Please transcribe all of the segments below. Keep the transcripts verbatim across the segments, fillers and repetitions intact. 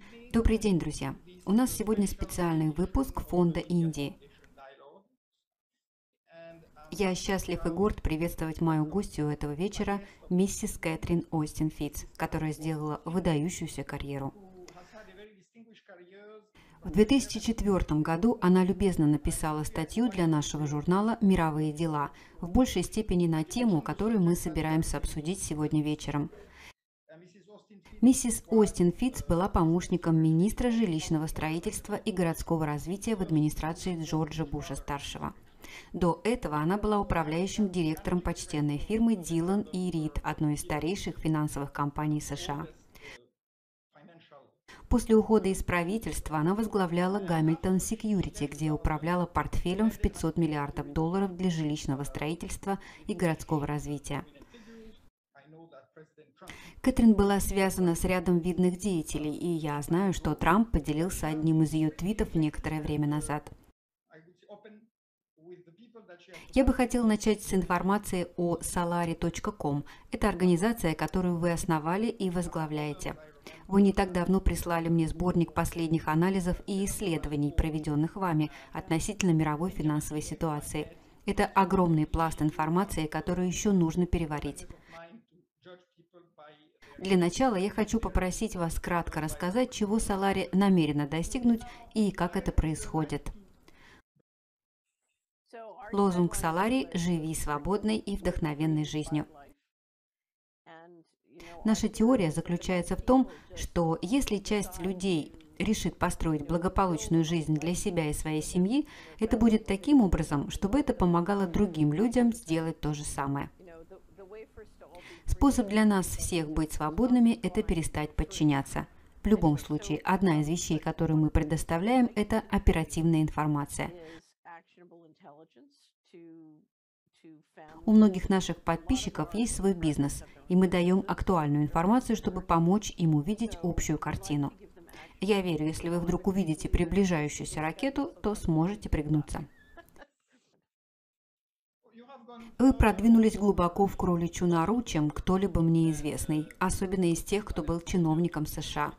Добрый день, друзья! У нас сегодня специальный выпуск Фонда Индии. Я счастлив и горд приветствовать мою гостью этого вечера, миссис Кэтрин Остин Фитц, которая сделала выдающуюся карьеру. В две тысячи четвёртом году она любезно написала статью для нашего журнала «Мировые дела», в большей степени на тему, которую мы собираемся обсудить сегодня вечером. Миссис Остин Фитц была помощником министра жилищного строительства и городского развития в администрации Джорджа Буша-старшего. До этого она была управляющим директором почтенной фирмы Дилан и Рид, одной из старейших финансовых компаний США. После ухода из правительства она возглавляла Гамильтон Секьюрити, где управляла портфелем в пятьсот миллиардов долларов для жилищного строительства и городского развития. Кэтрин была связана с рядом видных деятелей, и я знаю, что Трамп поделился одним из ее твитов некоторое время назад. Я бы хотел начать с информации о солари точка ком. Это организация, которую вы основали и возглавляете. Вы не так давно прислали мне сборник последних анализов и исследований, проведенных вами относительно мировой финансовой ситуации. Это огромный пласт информации, которую еще нужно переварить. Для начала я хочу попросить вас кратко рассказать, чего Солари намерена достигнуть и как это происходит. Лозунг Солари – «Живи свободной и вдохновенной жизнью». Наша теория заключается в том, что если часть людей решит построить благополучную жизнь для себя и своей семьи, это будет таким образом, чтобы это помогало другим людям сделать то же самое. Способ для нас всех быть свободными – это перестать подчиняться. В любом случае, одна из вещей, которую мы предоставляем, это оперативная информация. У многих наших подписчиков есть свой бизнес, и мы даем актуальную информацию, чтобы помочь им увидеть общую картину. Я верю, если вы вдруг увидите приближающуюся ракету, то сможете пригнуться. Вы продвинулись глубоко в кроличью нору, чем кто-либо мне известный, особенно из тех, кто был чиновником США.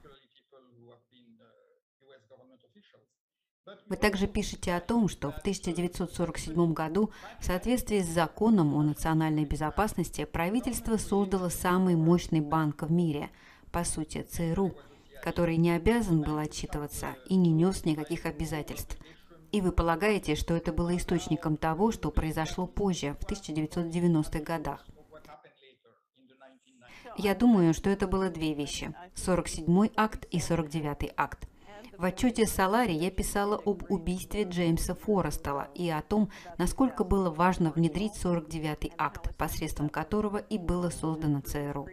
Вы также пишете о том, что в тысяча девятьсот сорок седьмом году в соответствии с законом о национальной безопасности правительство создало самый мощный банк в мире, по сути ЦРУ, который не обязан был отчитываться и не нес никаких обязательств. И вы полагаете, что это было источником того, что произошло позже, в тысяча девятьсот девяностых годах. Я думаю, что это было две вещи – сорок седьмой акт и сорок девятый акт. В отчете Солари я писала об убийстве Джеймса Форестелла и о том, насколько было важно внедрить сорок девятый акт, посредством которого и было создано ЦРУ.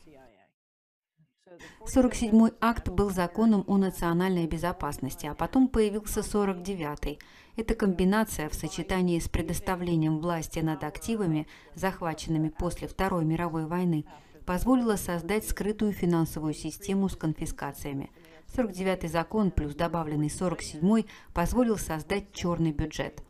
сорок седьмой акт был законом о национальной безопасности, а потом появился сорок девятый. Эта комбинация в сочетании с предоставлением власти над активами, захваченными после Второй мировой войны, позволила создать скрытую финансовую систему с конфискациями. сорок девятый закон плюс добавленный сорок седьмой позволил создать черный бюджет.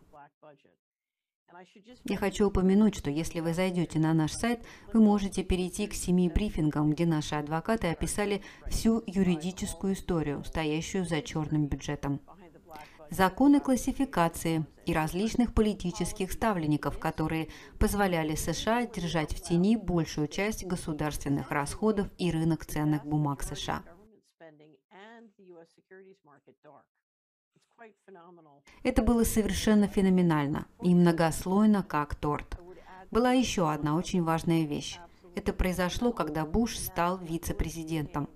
Я хочу упомянуть, что если вы зайдете на наш сайт, вы можете перейти к семи брифингам, где наши адвокаты описали всю юридическую историю, стоящую за черным бюджетом. Законы классификации и различных политических ставленников, которые позволяли США держать в тени большую часть государственных расходов и рынок ценных бумаг США. Это было совершенно феноменально и многослойно, как торт. Была еще одна очень важная вещь. Это произошло, когда Буш стал вице-президентом.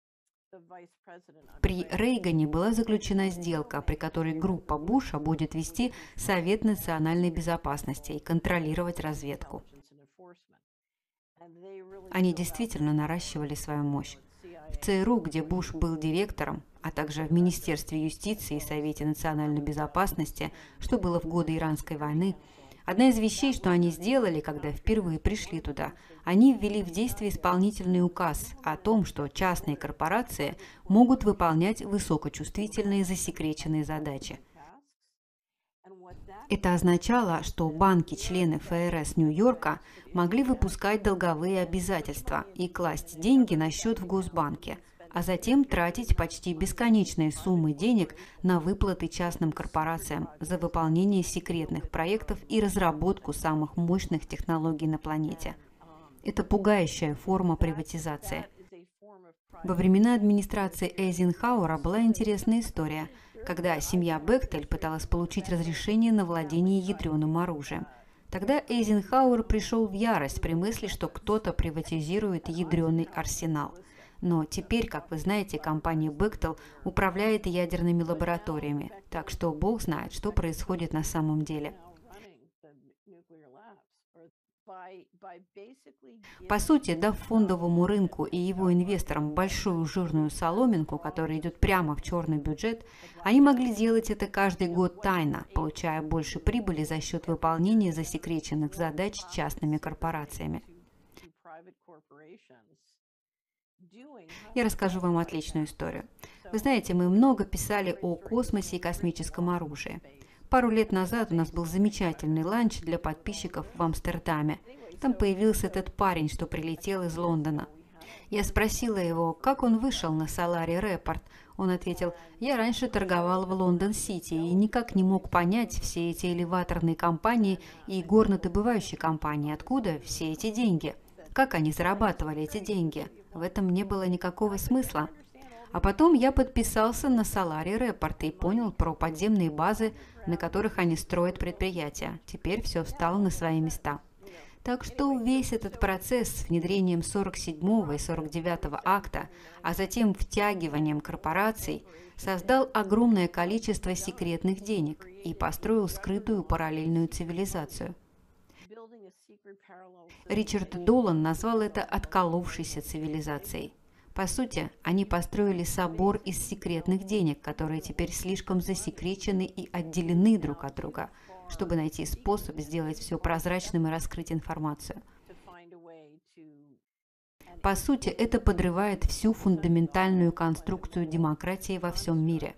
При Рейгане была заключена сделка, при которой группа Буша будет вести Совет национальной безопасности и контролировать разведку. Они действительно наращивали свою мощь. В ЦРУ, где Буш был директором, а также в Министерстве юстиции и Совете национальной безопасности, что было в годы Иранской войны, одна из вещей, что они сделали, когда впервые пришли туда, они ввели в действие исполнительный указ о том, что частные корпорации могут выполнять высокочувствительные засекреченные задачи. Это означало, что банки-члены ФРС Нью-Йорка могли выпускать долговые обязательства и класть деньги на счет в Госбанке, а затем тратить почти бесконечные суммы денег на выплаты частным корпорациям за выполнение секретных проектов и разработку самых мощных технологий на планете. Это пугающая форма приватизации. Во времена администрации Эйзенхауэра была интересная история, когда семья Бехтель пыталась получить разрешение на владение ядреным оружием. Тогда Эйзенхауэр пришел в ярость при мысли, что кто-то приватизирует ядреный арсенал. Но теперь, как вы знаете, компания Бехтель управляет ядерными лабораториями, так что Бог знает, что происходит на самом деле. По сути, дав фондовому рынку и его инвесторам большую жирную соломинку, которая идет прямо в черный бюджет, они могли делать это каждый год тайно, получая больше прибыли за счет выполнения засекреченных задач частными корпорациями. Я расскажу вам отличную историю. Вы знаете, мы много писали о космосе и космическом оружии. Пару лет назад у нас был замечательный ланч для подписчиков в Амстердаме. Там появился этот парень, что прилетел из Лондона. Я спросила его, как он вышел на Solari Report. Он ответил: «Я раньше торговал в Лондон-Сити и никак не мог понять все эти элеваторные компании и горнодобывающие компании, откуда все эти деньги. Как они зарабатывали эти деньги? В этом не было никакого смысла». А потом я подписался на Solari Report и понял про подземные базы, на которых они строят предприятия. Теперь все встало на свои места. Так что весь этот процесс с внедрением сорок седьмого и сорок девятого акта, а затем втягиванием корпораций, создал огромное количество секретных денег и построил скрытую параллельную цивилизацию. Ричард Долан назвал это «отколовшейся цивилизацией». По сути, они построили собор из секретных денег, которые теперь слишком засекречены и отделены друг от друга, чтобы найти способ сделать все прозрачным и раскрыть информацию. По сути, это подрывает всю фундаментальную конструкцию демократии во всем мире.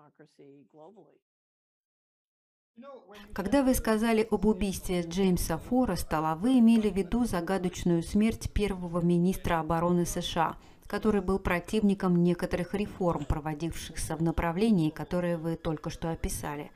Когда вы сказали об убийстве Джеймса Форестала, вы имели в виду загадочную смерть первого министра обороны США, который был противником некоторых реформ, проводившихся в направлении, которое вы только что описали.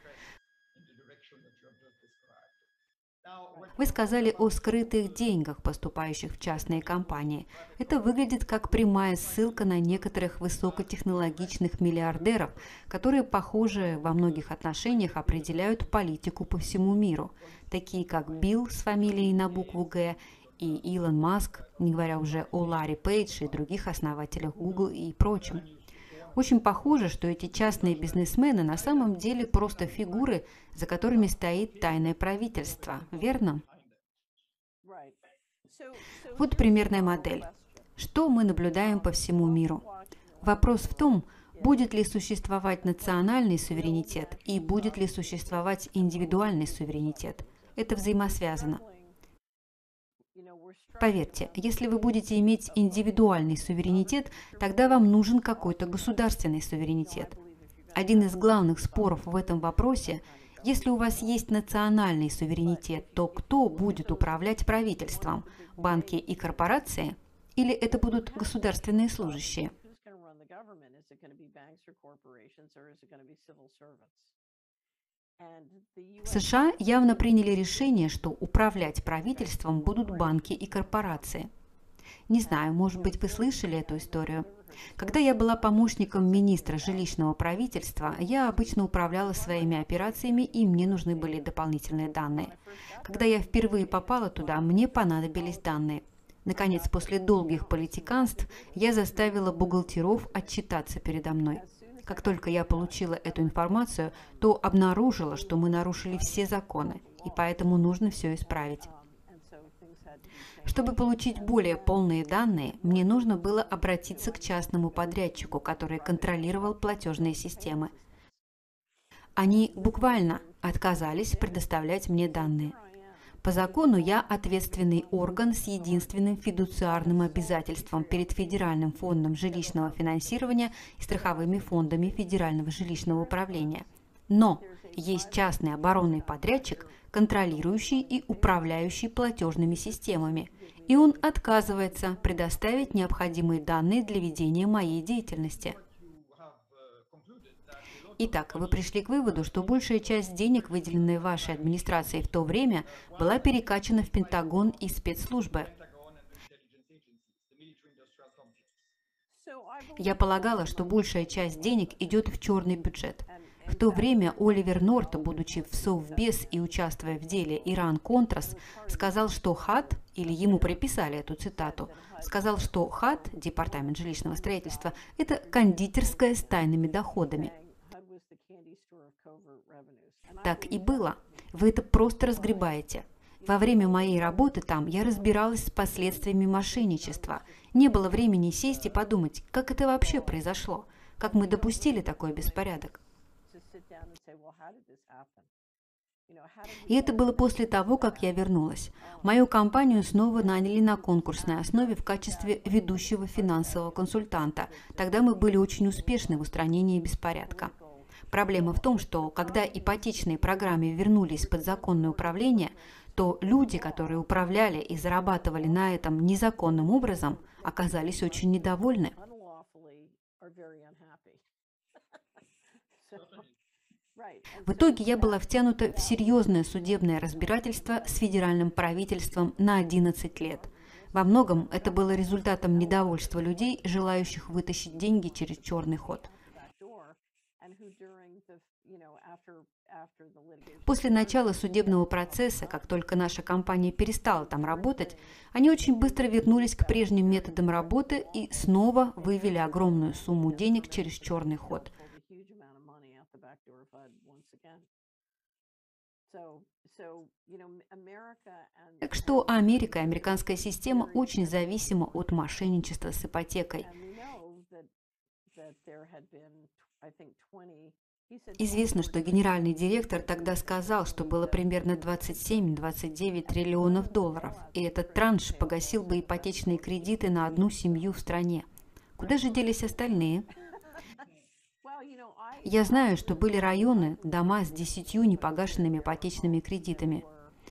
Вы сказали о скрытых деньгах, поступающих в частные компании. Это выглядит как прямая ссылка на некоторых высокотехнологичных миллиардеров, которые, похоже, во многих отношениях определяют политику по всему миру, такие как Билл с фамилией на букву «Г», и Илон Маск, не говоря уже о Ларри Пейдж и других основателях Google и прочем. Очень похоже, что эти частные бизнесмены на самом деле просто фигуры, за которыми стоит тайное правительство, верно? Вот примерная модель. Что мы наблюдаем по всему миру? Вопрос в том, будет ли существовать национальный суверенитет и будет ли существовать индивидуальный суверенитет. Это взаимосвязано. Поверьте, если вы будете иметь индивидуальный суверенитет, тогда вам нужен какой-то государственный суверенитет. Один из главных споров в этом вопросе: если у вас есть национальный суверенитет, то кто будет управлять правительством? Банки и корпорации? Или это будут государственные служащие? США явно приняли решение, что управлять правительством будут банки и корпорации. Не знаю, может быть, вы слышали эту историю. Когда я была помощником министра жилищного правительства, я обычно управляла своими операциями, и мне нужны были дополнительные данные. Когда я впервые попала туда, мне понадобились данные. Наконец, после долгих политиканств, я заставила бухгалтеров отчитаться передо мной. Как только я получила эту информацию, то обнаружила, что мы нарушили все законы, и поэтому нужно все исправить. Чтобы получить более полные данные, мне нужно было обратиться к частному подрядчику, который контролировал платежные системы. Они буквально отказались предоставлять мне данные. По закону я ответственный орган с единственным фидуциарным обязательством перед Федеральным фондом жилищного финансирования и страховыми фондами Федерального жилищного управления. Но есть частный оборонный подрядчик, контролирующий и управляющий платежными системами, и он отказывается предоставить необходимые данные для ведения моей деятельности. Итак, вы пришли к выводу, что большая часть денег, выделенная вашей администрацией в то время, была перекачана в Пентагон и спецслужбы. Я полагала, что большая часть денег идет в черный бюджет. В то время Оливер Норт, будучи в Совбез и участвуя в деле Иран-Контрас, сказал, что ХАТ, или ему приписали эту цитату, сказал, что ХАТ, Департамент жилищного строительства, это кондитерская с тайными доходами. Так и было. Вы это просто разгребаете. Во время моей работы там я разбиралась с последствиями мошенничества. Не было времени сесть и подумать, как это вообще произошло, как мы допустили такой беспорядок. И это было после того, как я вернулась. Мою компанию снова наняли на конкурсной основе в качестве ведущего финансового консультанта. Тогда мы были очень успешны в устранении беспорядка. Проблема в том, что когда ипотечные программы вернулись под законное управление, то люди, которые управляли и зарабатывали на этом незаконным образом, оказались очень недовольны. В итоге я была втянута в серьезное судебное разбирательство с федеральным правительством на одиннадцать лет. Во многом это было результатом недовольства людей, желающих вытащить деньги через черный ход. После начала судебного процесса, как только наша компания перестала там работать, они очень быстро вернулись к прежним методам работы и снова вывели огромную сумму денег через черный ход. Так что Америка и американская система очень зависима от мошенничества с ипотекой. Известно, что генеральный директор тогда сказал, что было примерно двадцать семь — двадцать девять триллионов долларов, и этот транш погасил бы ипотечные кредиты на одну семью в стране. Куда же делись остальные? Я знаю, что были районы, дома с десятью непогашенными ипотечными кредитами.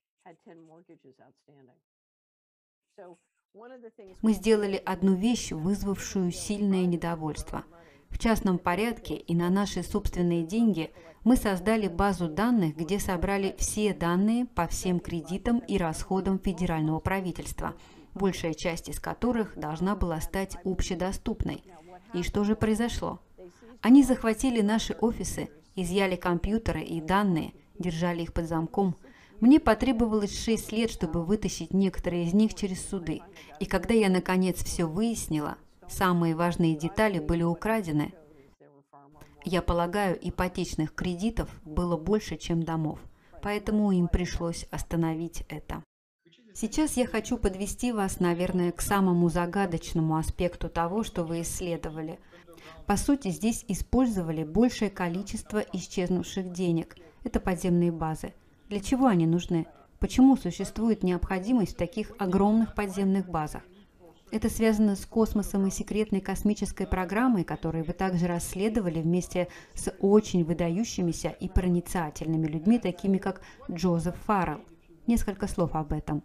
Мы сделали одну вещь, вызвавшую сильное недовольство. В частном порядке и на наши собственные деньги мы создали базу данных, где собрали все данные по всем кредитам и расходам федерального правительства, большая часть из которых должна была стать общедоступной. И что же произошло? Они захватили наши офисы, изъяли компьютеры и данные, держали их под замком. Мне потребовалось шесть лет, чтобы вытащить некоторые из них через суды. И когда я наконец все выяснила, самые важные детали были украдены. Я полагаю, ипотечных кредитов было больше, чем домов, поэтому им пришлось остановить это. Сейчас я хочу подвести вас, наверное, к самому загадочному аспекту того, что вы исследовали. По сути, здесь использовали большее количество исчезнувших денег. Это подземные базы. Для чего они нужны? Почему существует необходимость в таких огромных подземных базах? Это связано с космосом и секретной космической программой, которую вы также расследовали вместе с очень выдающимися и проницательными людьми, такими как Джозеф Фаррелл. Несколько слов об этом.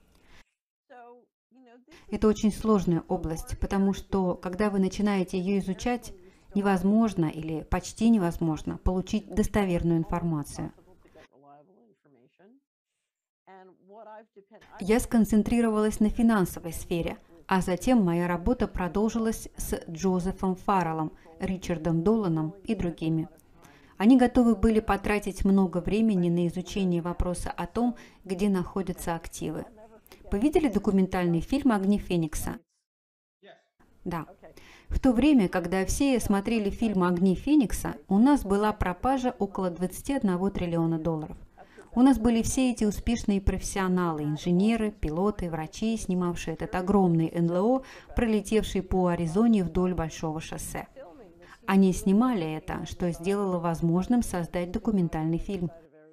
Это очень сложная область, потому что, когда вы начинаете ее изучать, невозможно или почти невозможно получить достоверную информацию. Я сконцентрировалась на финансовой сфере, а затем моя работа продолжилась с Джозефом Фарреллом, Ричардом Доланом и другими. Они готовы были потратить много времени на изучение вопроса о том, где находятся активы. Вы видели документальный фильм «Огни Феникса»? Да. В то время, когда все смотрели фильм «Огни Феникса», у нас была пропажа около двадцати одного триллиона долларов. У нас были все эти успешные профессионалы, инженеры, пилоты, врачи, снимавшие этот огромный эн эл о, пролетевший по Аризоне вдоль большого шоссе. Они снимали это, что сделало возможным создать документальный фильм.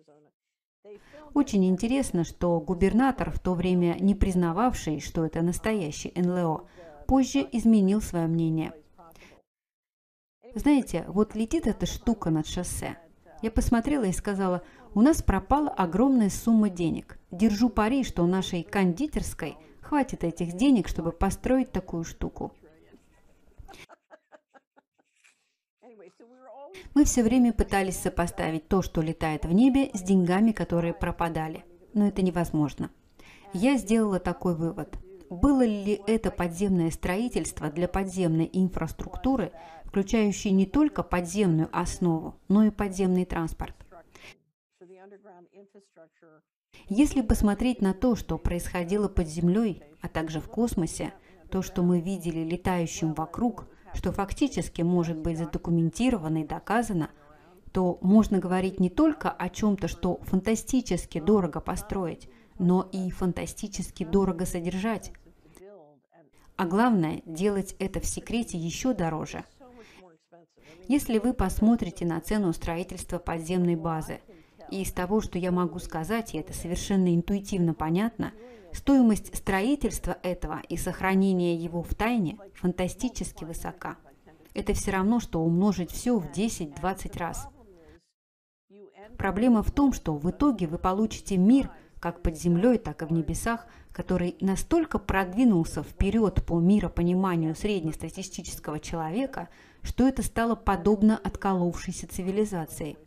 Очень интересно, что губернатор, в то время не признававший, что это настоящий эн эл о, позже изменил свое мнение. Знаете, вот летит эта штука над шоссе. Я посмотрела и сказала: у нас пропала огромная сумма денег. Держу пари, что у нашей кондитерской Хватит этих денег, чтобы построить такую штуку. Мы все время пытались сопоставить то, что летает в небе, с деньгами, которые пропадали. Но это невозможно. Я сделала такой вывод. Было ли это подземное строительство для подземной инфраструктуры, включающей не только подземную основу, но и подземный транспорт? Если посмотреть на то, что происходило под землей, а также в космосе, то, что мы видели летающим вокруг, что фактически может быть задокументировано и доказано, то можно говорить не только о чем-то, что фантастически дорого построить, но и фантастически дорого содержать. А главное, делать это в секрете еще дороже. Если вы посмотрите на цену строительства подземной базы, и из того, что я могу сказать, и это совершенно интуитивно понятно, стоимость строительства этого и сохранения его в тайне фантастически высока. Это все равно, что умножить все в десять-двадцать раз. Проблема в том, что в итоге вы получите мир, как под землей, так и в небесах, который настолько продвинулся вперед по миропониманию среднестатистического человека, что это стало подобно отколовшейся цивилизации.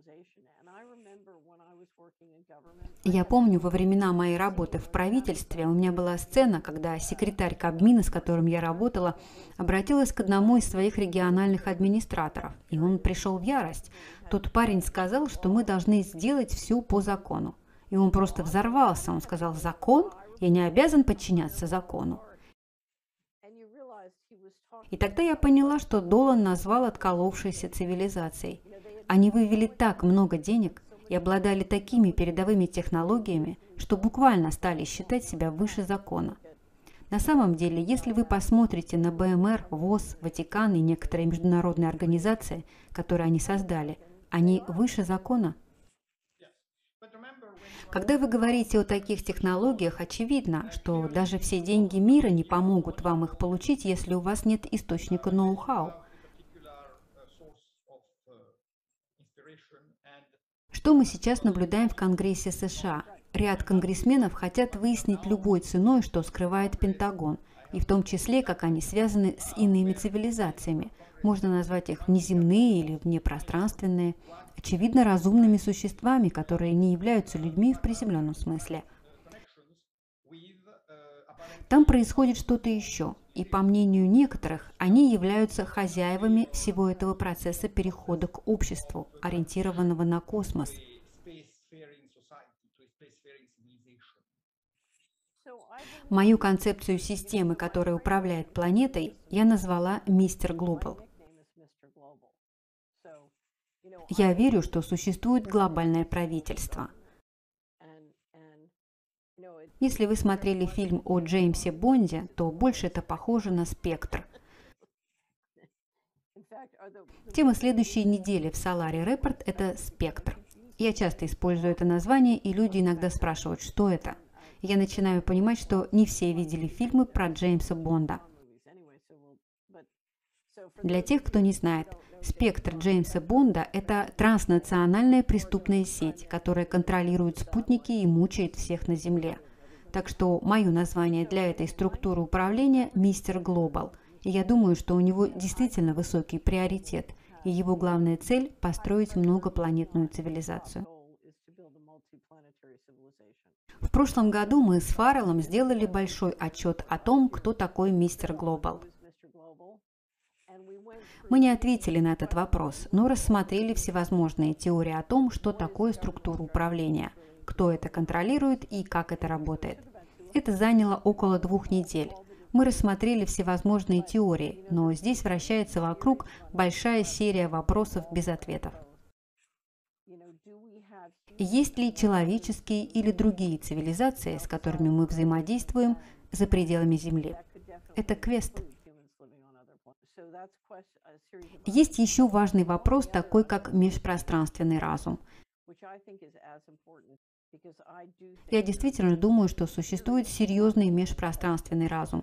Я помню, во времена моей работы в правительстве у меня была сцена, когда секретарь Кабмина, с которым я работала, обратилась к одному из своих региональных администраторов, и он пришел в ярость. Тот парень сказал, что мы должны сделать все по закону. И он просто взорвался. Он сказал: «Закон? Я не обязан подчиняться закону». И тогда я поняла, что Долан назвал отколовшейся цивилизацией. Они вывели так много денег и обладали такими передовыми технологиями, что буквально стали считать себя выше закона. На самом деле, если вы посмотрите на бэ эм эр, ВОЗ, Ватикан и некоторые международные организации, которые они создали, они выше закона. Когда вы говорите о таких технологиях, очевидно, что даже все деньги мира не помогут вам их получить, если у вас нет источника ноу-хау. Что мы сейчас наблюдаем в Конгрессе США? Ряд конгрессменов хотят выяснить любой ценой, что скрывает Пентагон, и в том числе, как они связаны с иными цивилизациями. Можно назвать их внеземные или внепространственные, очевидно разумными существами, которые не являются людьми в приземленном смысле. Там происходит что-то еще, и по мнению некоторых, они являются хозяевами всего этого процесса перехода к обществу, ориентированного на космос. Мою концепцию системы, которая управляет планетой, я назвала «Мистер Глобал». Я верю, что существует глобальное правительство. Если вы смотрели фильм о Джеймсе Бонде, то больше это похоже на «Спектр». Тема следующей недели в Solari Report – это «Спектр». Я часто использую это название, и люди иногда спрашивают, что это. Я начинаю понимать, что не все видели фильмы про Джеймса Бонда. Для тех, кто не знает, «Спектр» Джеймса Бонда – это транснациональная преступная сеть, которая контролирует спутники и мучает всех на Земле. Так что мое название для этой структуры управления – «Мистер Глобал». И я думаю, что у него действительно высокий приоритет, и его главная цель – построить многопланетную цивилизацию. В прошлом году мы с Фарреллом сделали большой отчет о том, кто такой мистер Глобал. Мы не ответили на этот вопрос, но рассмотрели всевозможные теории о том, что такое структура управления, кто это контролирует и как это работает. Это заняло около двух недель. Мы рассмотрели всевозможные теории, но здесь вращается вокруг большая серия вопросов без ответов. Есть ли человеческие или другие цивилизации, с которыми мы взаимодействуем за пределами Земли? Это квест. Есть еще важный вопрос, такой как межпространственный разум. Я действительно думаю, что существует серьезный межпространственный разум.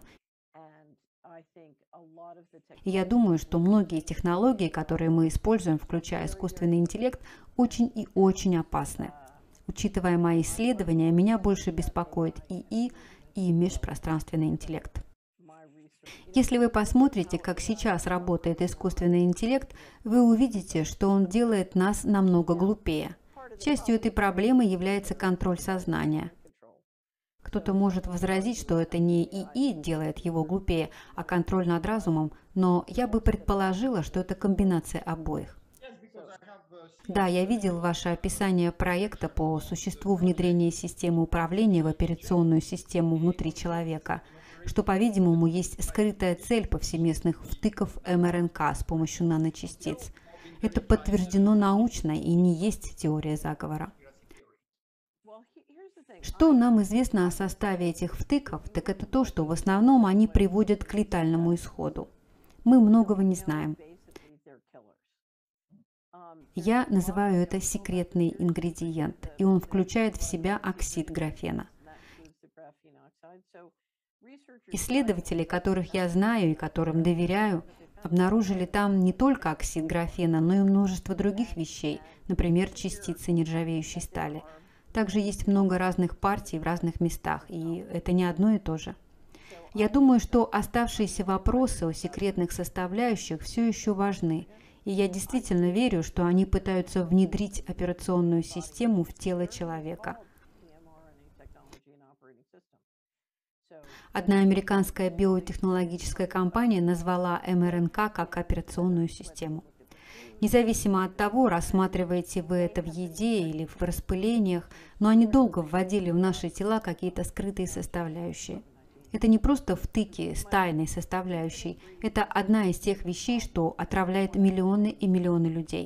И я думаю, что многие технологии, которые мы используем, включая искусственный интеллект, очень и очень опасны. Учитывая мои исследования, меня больше беспокоит ИИ, и межпространственный интеллект. Если вы посмотрите, как сейчас работает искусственный интеллект, вы увидите, что он делает нас намного глупее. Частью этой проблемы является контроль сознания. Кто-то может возразить, что это не ИИ делает его глупее, а контроль над разумом, но я бы предположила, что это комбинация обоих. Да, я видел ваше описание проекта по существу внедрения системы управления в операционную систему внутри человека, что, по-видимому, есть скрытая цель повсеместных втыков эм эр эн ка с помощью наночастиц. Это подтверждено научно и не есть теория заговора. Что нам известно о составе этих втыков, так это то, что в основном они приводят к летальному исходу. Мы многого не знаем. Я называю это секретный ингредиент, и он включает в себя оксид графена. Исследователи, которых я знаю и которым доверяю, обнаружили там не только оксид графена, но и множество других вещей, например, частицы нержавеющей стали. Также есть много разных партий в разных местах, и это не одно и то же. Я думаю, что оставшиеся вопросы о секретных составляющих все еще важны, и я действительно верю, что они пытаются внедрить операционную систему в тело человека. Одна американская биотехнологическая компания назвала эм эр эн ка как операционную систему. Независимо от того, рассматриваете вы это в еде или в распылениях, но они долго вводили в наши тела какие-то скрытые составляющие. Это не просто втыки с тайной составляющей, это одна из тех вещей, что отравляет миллионы и миллионы людей.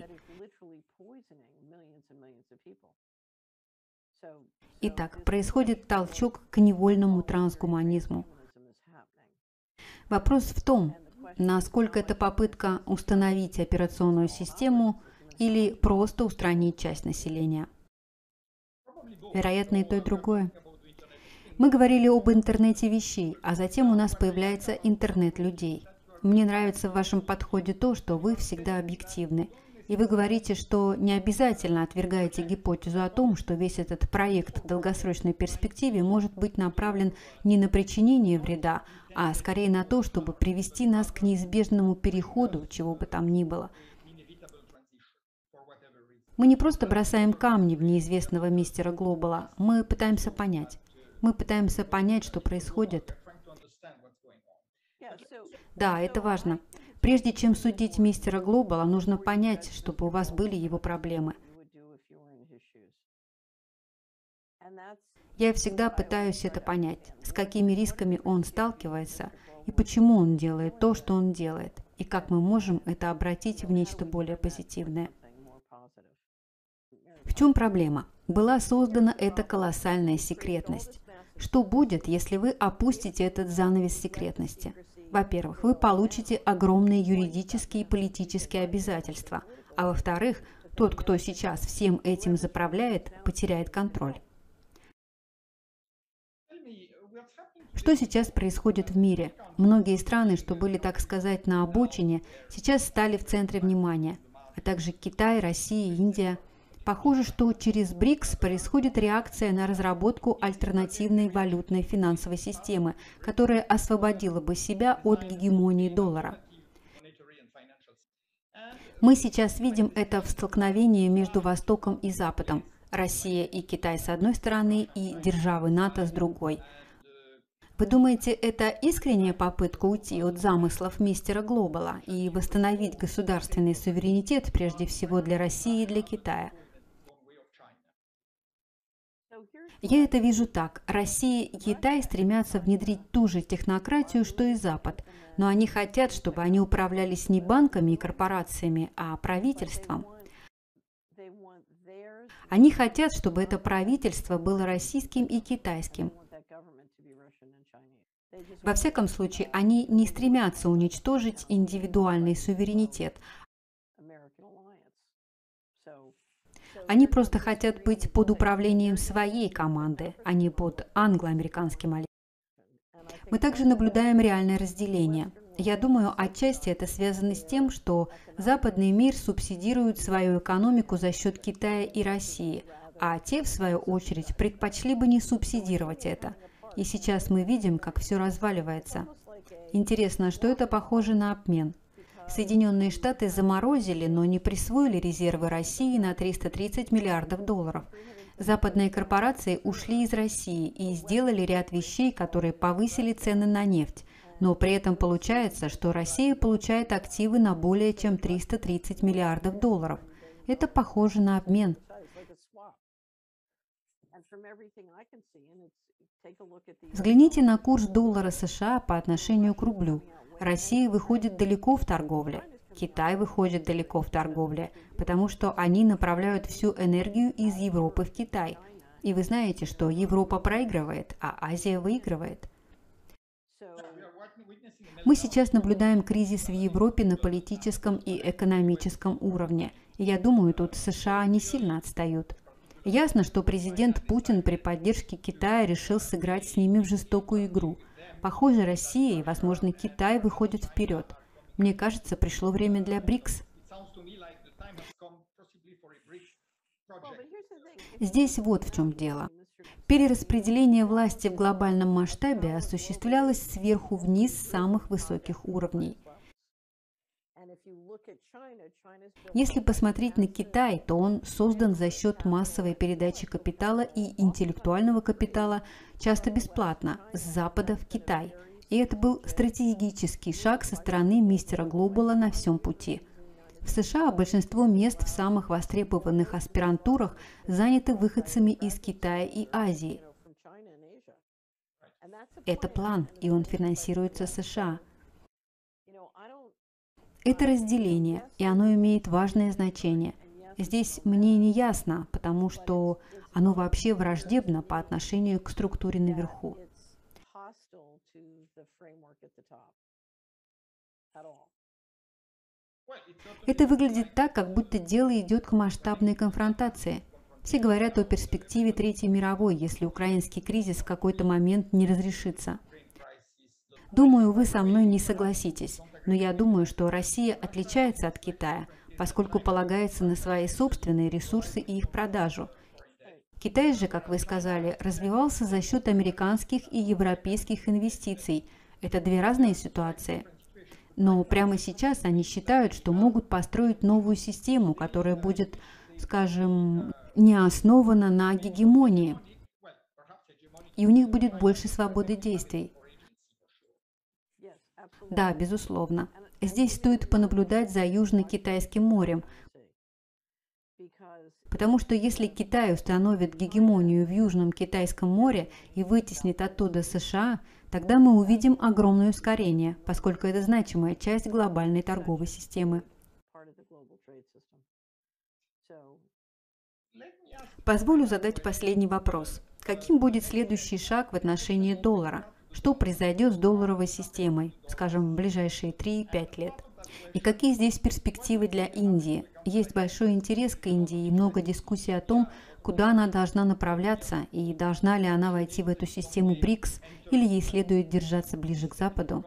Итак, происходит толчок к невольному трансгуманизму. Вопрос в том, насколько это попытка установить операционную систему или просто устранить часть населения. Вероятно, и то, и другое. Мы говорили об интернете вещей, а затем у нас появляется интернет людей. Мне нравится в вашем подходе то, что вы всегда объективны. И вы говорите, что не обязательно отвергаете гипотезу о том, что весь этот проект в долгосрочной перспективе может быть направлен не на причинение вреда, а скорее на то, чтобы привести нас к неизбежному переходу, чего бы там ни было. Мы не просто бросаем камни в неизвестного мистера Глобала, мы пытаемся понять. Мы пытаемся понять, что происходит. Да, это важно. Прежде чем судить мистера Глобала, нужно понять, чтобы у вас были его проблемы. Я всегда пытаюсь это понять, с какими рисками он сталкивается и почему он делает то, что он делает, и как мы можем это обратить в нечто более позитивное. В чем проблема? Была создана эта колоссальная секретность. Что будет, если вы опустите этот занавес секретности? Во-первых, вы получите огромные юридические и политические обязательства, а во-вторых, тот, кто сейчас всем этим заправляет, потеряет контроль. Что сейчас происходит в мире? Многие страны, что были, так сказать, на обочине, сейчас стали в центре внимания, а также Китай, Россия, Индия. Похоже, что через БРИКС происходит реакция на разработку альтернативной валютной финансовой системы, которая освободила бы себя от гегемонии доллара. Мы сейчас видим это в столкновении между Востоком и Западом, Россия и Китай с одной стороны и державы НАТО с другой. Вы думаете, это искренняя попытка уйти от замыслов мистера Глобала и восстановить государственный суверенитет прежде всего для России и для Китая? Я это вижу так. Россия и Китай стремятся внедрить ту же технократию, что и Запад, но они хотят, чтобы они управлялись не банками и корпорациями, а правительством. Они хотят, чтобы это правительство было российским и китайским. Во всяком случае, они не стремятся уничтожить индивидуальный суверенитет. Они просто хотят быть под управлением своей команды, а не под англо-американским альянсом. Мы также наблюдаем реальное разделение. Я думаю, отчасти это связано с тем, что западный мир субсидирует свою экономику за счет Китая и России, а те, в свою очередь, предпочли бы не субсидировать это. И сейчас мы видим, как все разваливается. Интересно, что это похоже на обмен? Соединенные Штаты заморозили, но не присвоили резервы России на триста тридцать миллиардов долларов. Западные корпорации ушли из России и сделали ряд вещей, которые повысили цены на нефть. Но при этом получается, что Россия получает активы на более чем триста тридцать миллиардов долларов. Это похоже на обмен. Взгляните на курс доллара США по отношению к рублю. Россия выходит далеко в торговле. Китай выходит далеко в торговле, потому что они направляют всю энергию из Европы в Китай. И вы знаете, что Европа проигрывает, а Азия выигрывает. Мы сейчас наблюдаем кризис в Европе на политическом и экономическом уровне. И я думаю, тут США не сильно отстают. Ясно, что президент Путин при поддержке Китая решил сыграть с ними в жестокую игру. Похоже, Россия и, возможно, Китай выходят вперед. Мне кажется, пришло время для БРИКС. Здесь вот в чем дело. Перераспределение власти в глобальном масштабе осуществлялось сверху вниз с самых высоких уровней. Если посмотреть на Китай, то он создан за счет массовой передачи капитала и интеллектуального капитала, часто бесплатно, с Запада в Китай. И это был стратегический шаг со стороны мистера Глобала на всем пути. В США большинство мест в самых востребованных аспирантурах заняты выходцами из Китая и Азии. Это план, и он финансируется США. Это разделение, и оно имеет важное значение. Здесь мне не ясно, потому что оно вообще враждебно по отношению к структуре наверху. Это выглядит так, как будто дело идет к масштабной конфронтации. Все говорят о перспективе Третьей мировой, если украинский кризис в какой-то момент не разрешится. Думаю, вы со мной не согласитесь, но я думаю, что Россия отличается от Китая, поскольку полагается на свои собственные ресурсы и их продажу. Китай же, как вы сказали, развивался за счет американских и европейских инвестиций. Это две разные ситуации. Но прямо сейчас они считают, что могут построить новую систему, которая будет, скажем, не основана на гегемонии. И у них будет больше свободы действий. Да, безусловно. Здесь стоит понаблюдать за Южно-Китайским морем, потому что если Китай установит гегемонию в Южном Китайском море и вытеснит оттуда США, тогда мы увидим огромное ускорение, поскольку это значимая часть глобальной торговой системы. Позволю задать последний вопрос. Каким будет следующий шаг в отношении доллара? Что произойдет с долларовой системой, скажем, в ближайшие три-пять лет? И какие здесь перспективы для Индии? Есть большой интерес к Индии и много дискуссий о том, куда она должна направляться и должна ли она войти в эту систему БРИКС или ей следует держаться ближе к Западу.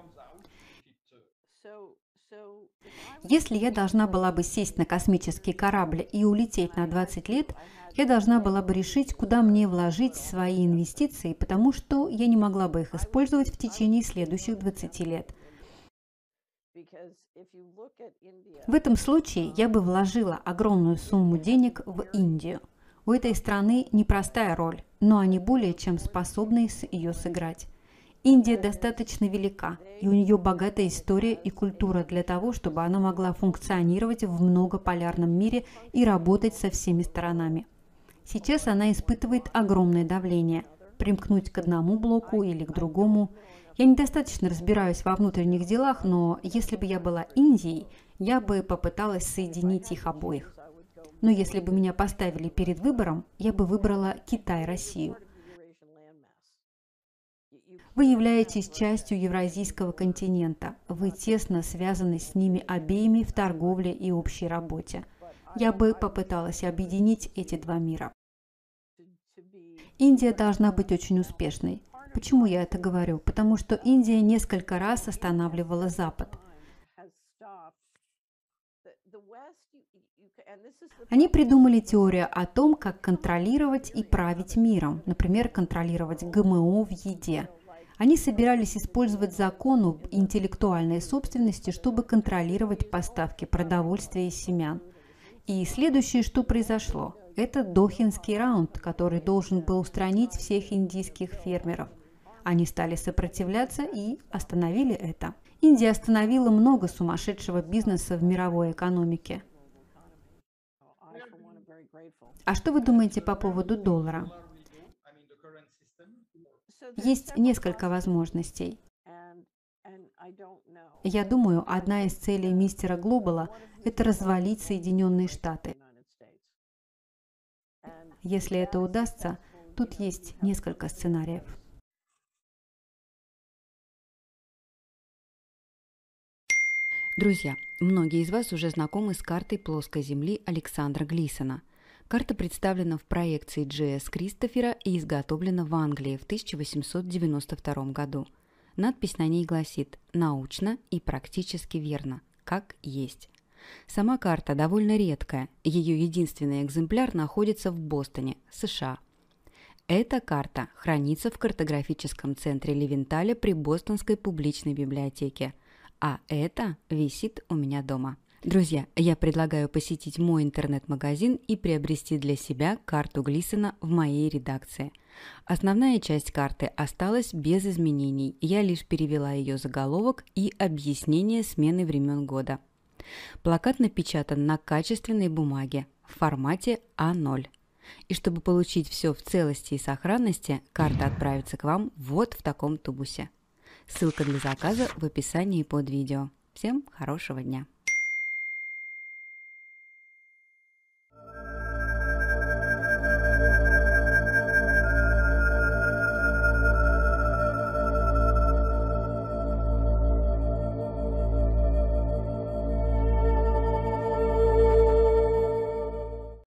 Если я должна была бы сесть на космический корабль и улететь на двадцать лет, я должна была бы решить, куда мне вложить свои инвестиции, потому что я не могла бы их использовать в течение следующих двадцати лет. В этом случае я бы вложила огромную сумму денег в Индию. У этой страны непростая роль, но они более чем способны ее сыграть. Индия достаточно велика, и у нее богатая история и культура для того, чтобы она могла функционировать в многополярном мире и работать со всеми сторонами. Сейчас она испытывает огромное давление. Примкнуть к одному блоку или к другому. Я недостаточно разбираюсь во внутренних делах, но если бы я была Индией, я бы попыталась соединить их обоих. Но если бы меня поставили перед выбором, я бы выбрала Китай-Россию. Вы являетесь частью Евразийского континента. Вы тесно связаны с ними обеими в торговле и общей работе. Я бы попыталась объединить эти два мира. Индия должна быть очень успешной. Почему я это говорю? Потому что Индия несколько раз останавливала Запад. Они придумали теорию о том, как контролировать и править миром, например, контролировать ГМО в еде. Они собирались использовать закон об интеллектуальной собственности, чтобы контролировать поставки продовольствия и семян. И следующее, что произошло, это Дохинский раунд, который должен был устранить всех индийских фермеров. Они стали сопротивляться и остановили это. Индия остановила много сумасшедшего бизнеса в мировой экономике. А что вы думаете по поводу доллара? Есть несколько возможностей. Я думаю, одна из целей мистера Глобала – это развалить Соединенные Штаты. Если это удастся, тут есть несколько сценариев. Друзья, многие из вас уже знакомы с картой плоской Земли Александра Глисона. Карта представлена в проекции Джей Эс Кристофера и изготовлена в Англии в тысяча восемьсот девяносто втором году. Надпись на ней гласит «Научно и практически верно, как есть». Сама карта довольно редкая, ее единственный экземпляр находится в Бостоне, США. Эта карта хранится в картографическом центре Левенталя при Бостонской публичной библиотеке, а это висит у меня дома. Друзья, я предлагаю посетить мой интернет-магазин и приобрести для себя карту Глисона в моей редакции. Основная часть карты осталась без изменений, я лишь перевела ее заголовок и объяснение смены времен года. Плакат напечатан на качественной бумаге в формате А ноль. И чтобы получить все в целости и сохранности, карта отправится к вам вот в таком тубусе. Ссылка для заказа в описании под видео. Всем хорошего дня!